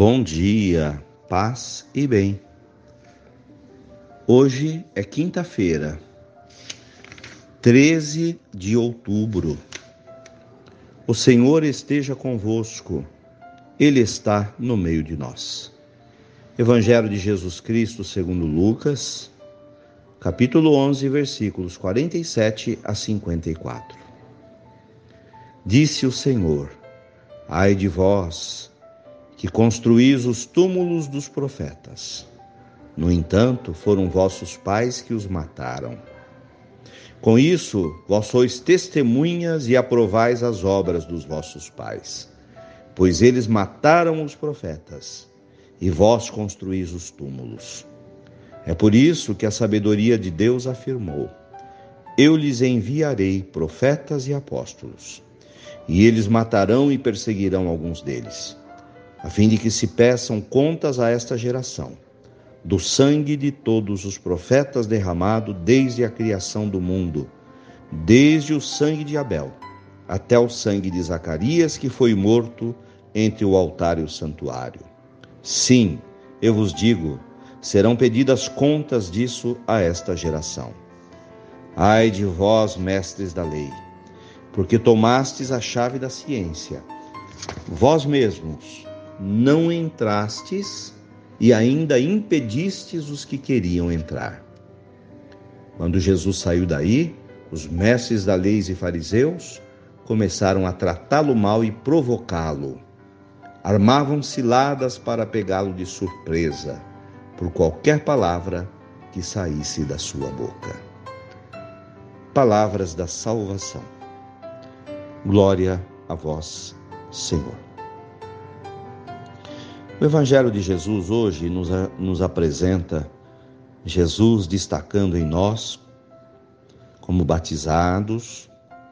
Bom dia, paz e bem. Hoje é quinta-feira, 13 de outubro. O Senhor esteja convosco, Ele está no meio de nós. Evangelho de Jesus Cristo segundo Lucas, capítulo 11, versículos 47 a 54. Disse o Senhor: ai de vós, que construís os túmulos dos profetas. No entanto, foram vossos pais que os mataram. Com isso, vós sois testemunhas e aprovais as obras dos vossos pais, pois eles mataram os profetas, e vós construís os túmulos. É por isso que a sabedoria de Deus afirmou: eu lhes enviarei profetas e apóstolos, e eles matarão e perseguirão alguns deles, a fim de que se peçam contas a esta geração, do sangue de todos os profetas derramado desde a criação do mundo, desde o sangue de Abel até o sangue de Zacarias, que foi morto entre o altar e o santuário. Sim, eu vos digo, serão pedidas contas disso a esta geração. Ai de vós, mestres da lei, porque tomastes a chave da ciência. Vós mesmos não entrastes e ainda impedistes os que queriam entrar. Quando Jesus saiu daí, os mestres da lei e fariseus começaram a tratá-lo mal e provocá-lo. Armavam ciladas para pegá-lo de surpresa, por qualquer palavra que saísse da sua boca. Palavras da salvação. Glória a vós, Senhor. O Evangelho de Jesus hoje nos apresenta Jesus destacando em nós, como batizados,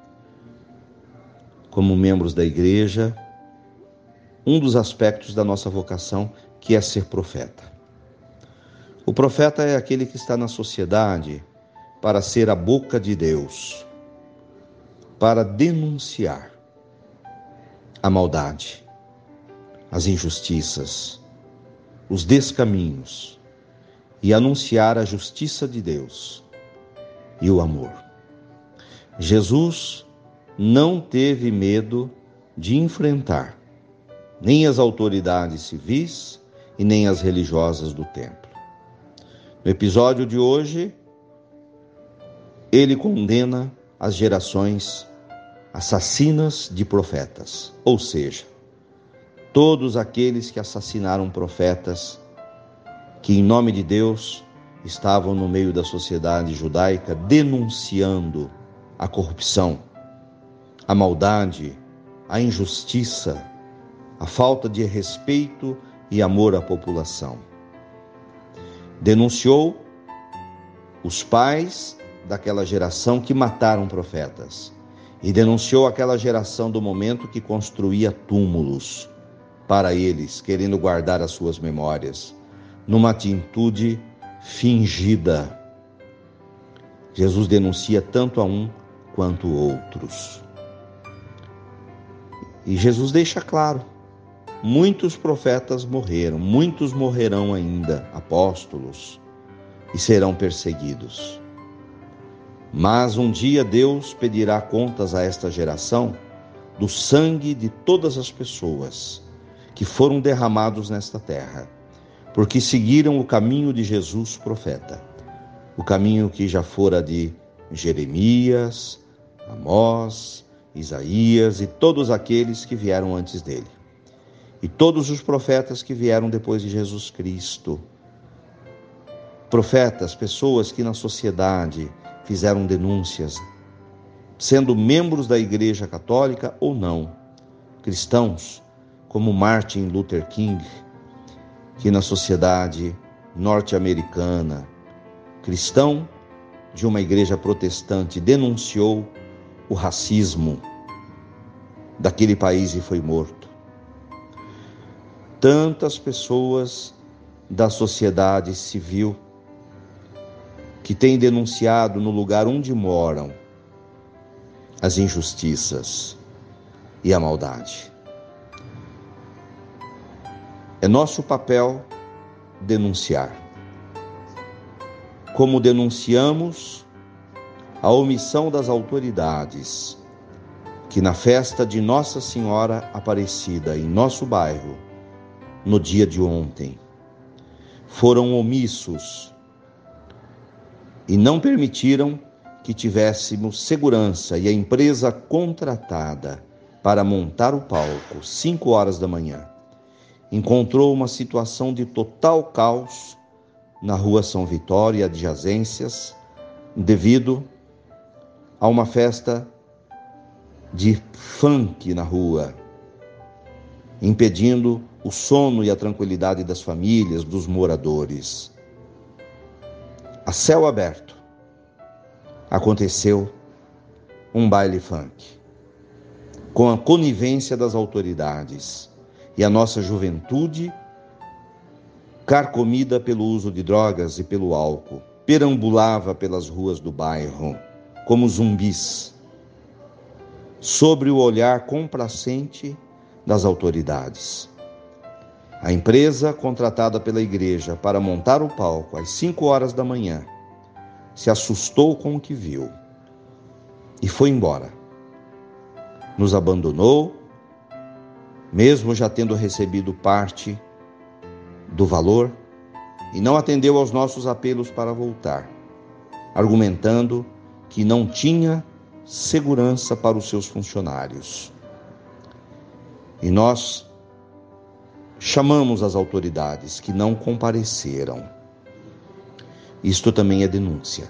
como membros da igreja, um dos aspectos da nossa vocação, que é ser profeta. O profeta é aquele que está na sociedade para ser a boca de Deus, para denunciar a maldade, as injustiças, os descaminhos e anunciar a justiça de Deus e o amor. Jesus não teve medo de enfrentar nem as autoridades civis e nem as religiosas do templo. No episódio de hoje, ele condena as gerações assassinas de profetas, ou seja, todos aqueles que assassinaram profetas que, em nome de Deus, estavam no meio da sociedade judaica denunciando a corrupção, a maldade, a injustiça, a falta de respeito e amor à população. Denunciou os pais daquela geração que mataram profetas e denunciou aquela geração do momento que construía túmulos para eles, querendo guardar as suas memórias, numa atitude fingida. Jesus denuncia tanto a um quanto outros. E Jesus deixa claro, muitos profetas morreram, muitos morrerão ainda, apóstolos, e serão perseguidos. Mas um dia Deus pedirá contas a esta geração do sangue de todas as pessoas que foram derramados nesta terra, porque seguiram o caminho de Jesus profeta, o caminho que já fora de Jeremias, Amós, Isaías e todos aqueles que vieram antes dele, e todos os profetas que vieram depois de Jesus Cristo. Profetas, pessoas que na sociedade fizeram denúncias, sendo membros da Igreja Católica ou não, cristãos, como Martin Luther King, que na sociedade norte-americana, cristão de uma igreja protestante, denunciou o racismo daquele país e foi morto. Tantas pessoas da sociedade civil que têm denunciado no lugar onde moram as injustiças e a maldade. É nosso papel denunciar. Como denunciamos a omissão das autoridades que na festa de Nossa Senhora Aparecida em nosso bairro, no dia de ontem, foram omissos e não permitiram que tivéssemos segurança, e a empresa contratada para montar o palco, 5 horas da manhã, encontrou uma situação de total caos na Rua São Vitório e adjacências, devido a uma festa de funk na rua, impedindo o sono e a tranquilidade das famílias, dos moradores. A céu aberto, aconteceu um baile funk, com a conivência das autoridades, e a nossa juventude, carcomida pelo uso de drogas e pelo álcool, perambulava pelas ruas do bairro como zumbis, sobre o olhar complacente das autoridades. A empresa contratada pela igreja para montar o palco às 5 horas da manhã se assustou com o que viu e foi embora. Nos abandonou, mesmo já tendo recebido parte do valor, e não atendeu aos nossos apelos para voltar, argumentando que não tinha segurança para os seus funcionários. E nós chamamos as autoridades que não compareceram. Isto também é denúncia.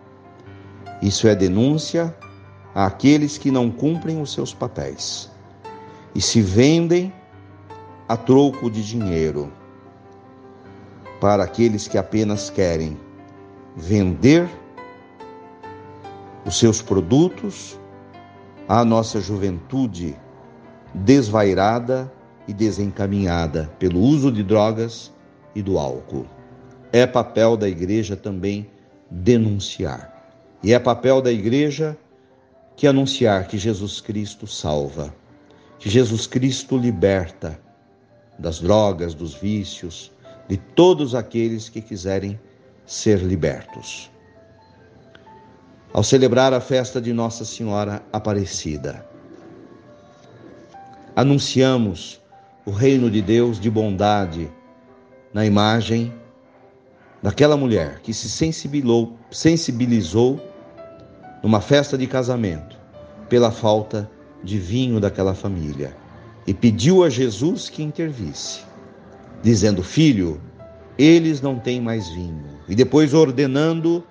Isso é denúncia àqueles que não cumprem os seus papéis e se vendem a troco de dinheiro para aqueles que apenas querem vender os seus produtos à nossa juventude desvairada e desencaminhada pelo uso de drogas e do álcool. É papel da igreja também denunciar. E é papel da igreja que anunciar que Jesus Cristo salva, que Jesus Cristo liberta das drogas, dos vícios, de todos aqueles que quiserem ser libertos. Ao celebrar a festa de Nossa Senhora Aparecida, anunciamos o reino de Deus de bondade na imagem daquela mulher que se sensibilizou numa festa de casamento pela falta de vinho daquela família e pediu a Jesus que intervisse, dizendo: filho, eles não têm mais vinho. E depois ordenando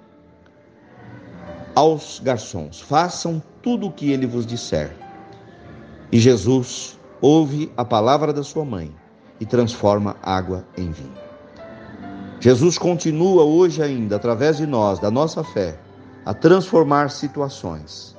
aos garçons: façam tudo o que ele vos disser. E Jesus ouve a palavra da sua mãe e transforma água em vinho. Jesus continua hoje ainda, através de nós, da nossa fé, a transformar situações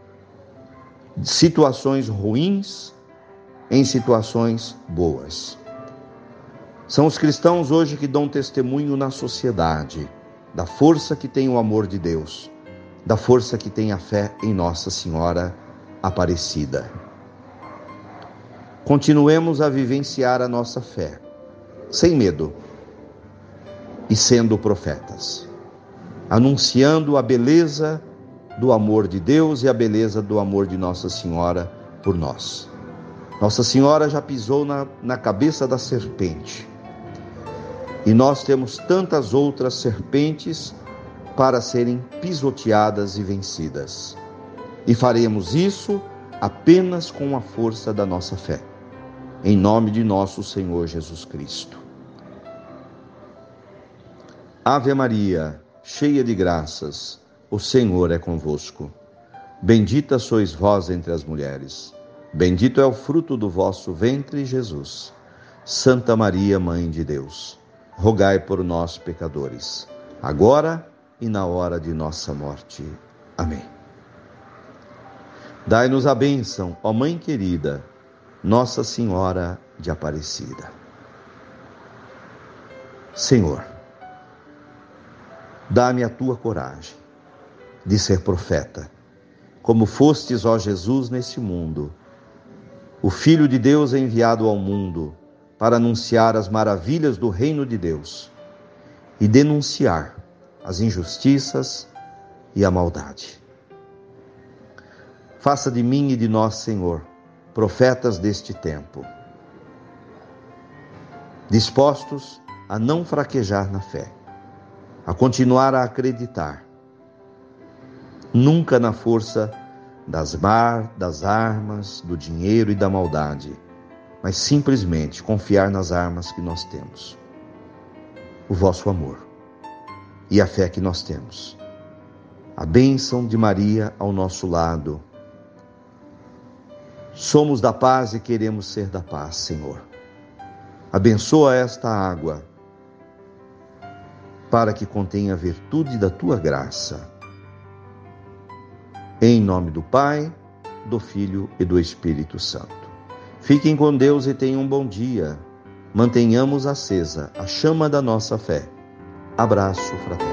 ruins em situações boas. São os cristãos hoje que dão testemunho na sociedade da força que tem o amor de Deus, da força que tem a fé em Nossa Senhora Aparecida. Continuemos a vivenciar a nossa fé, sem medo, e sendo profetas, anunciando a beleza do amor de Deus e a beleza do amor de Nossa Senhora por nós. Nossa Senhora já pisou na cabeça da serpente, e nós temos tantas outras serpentes para serem pisoteadas e vencidas. E faremos isso apenas com a força da nossa fé, em nome de nosso Senhor Jesus Cristo. Ave Maria, cheia de graças, o Senhor é convosco. Bendita sois vós entre as mulheres. Bendito é o fruto do vosso ventre, Jesus. Santa Maria, Mãe de Deus, rogai por nós, pecadores, agora e na hora de nossa morte. Amém. Dai-nos a bênção, ó Mãe querida, Nossa Senhora de Aparecida. Senhor, dá-me a tua coragem de ser profeta, como fostes, ó Jesus, neste mundo, o Filho de Deus enviado ao mundo para anunciar as maravilhas do reino de Deus e denunciar as injustiças e a maldade. Faça de mim e de nós, Senhor, profetas deste tempo, dispostos a não fraquejar na fé, a continuar a acreditar, nunca na força das armas, do dinheiro e da maldade, mas simplesmente confiar nas armas que nós temos, o vosso amor e a fé que nós temos, a bênção de Maria ao nosso lado. Somos da paz e queremos ser da paz, Senhor. Abençoa esta água para que contenha a virtude da tua graça. Em nome do Pai, do Filho e do Espírito Santo. Fiquem com Deus e tenham um bom dia. Mantenhamos acesa a chama da nossa fé. Abraço fraterno.